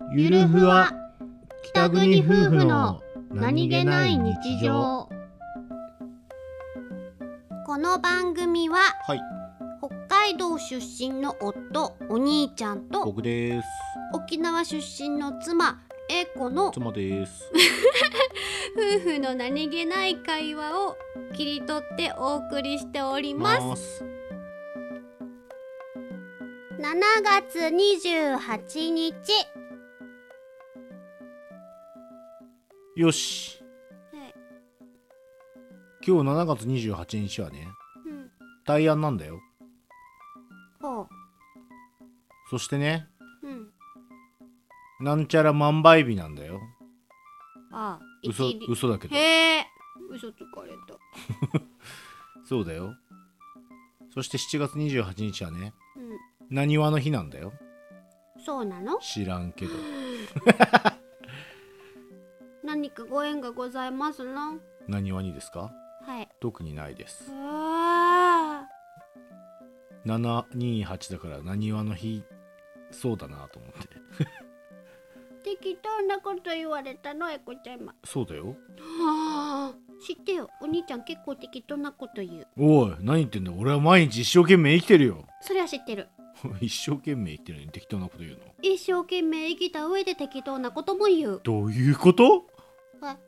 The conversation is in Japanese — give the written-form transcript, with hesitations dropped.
ゆるふわ北国夫婦の何気ない日常。 この番組は、 はい、 北海道出身の夫お兄ちゃんと僕です。 沖縄出身の妻英子の妻です。 夫婦の何気ない会話を切り取ってお送りしております。7月28日。 よし、今日7月28日はね、大安なんだよ。 ほう。 そしてね、なんちゃら万倍日なんだよ。 ああ、 嘘だけど。 へえ、嘘つかれた。 そうだよ。そして7月28日はね、何話の日なんだよ。 そうなの？ 知らんけど。 何かご縁がございますの？ 何話にですか？ はい。 特にないです。728だから何話の日、そうだなと思って。 適当なこと言われたの、エコちゃん今。 そうだよ。 はあ、知ってよ。お兄ちゃん結構適当なこと言う。 おい、何言ってんだ。俺は毎日一生懸命生きてるよ。 それは知ってる。 一生懸命生きてるのに適当なこと言うの？ 一生懸命生きた上で適当なことも言う。 どういうこと？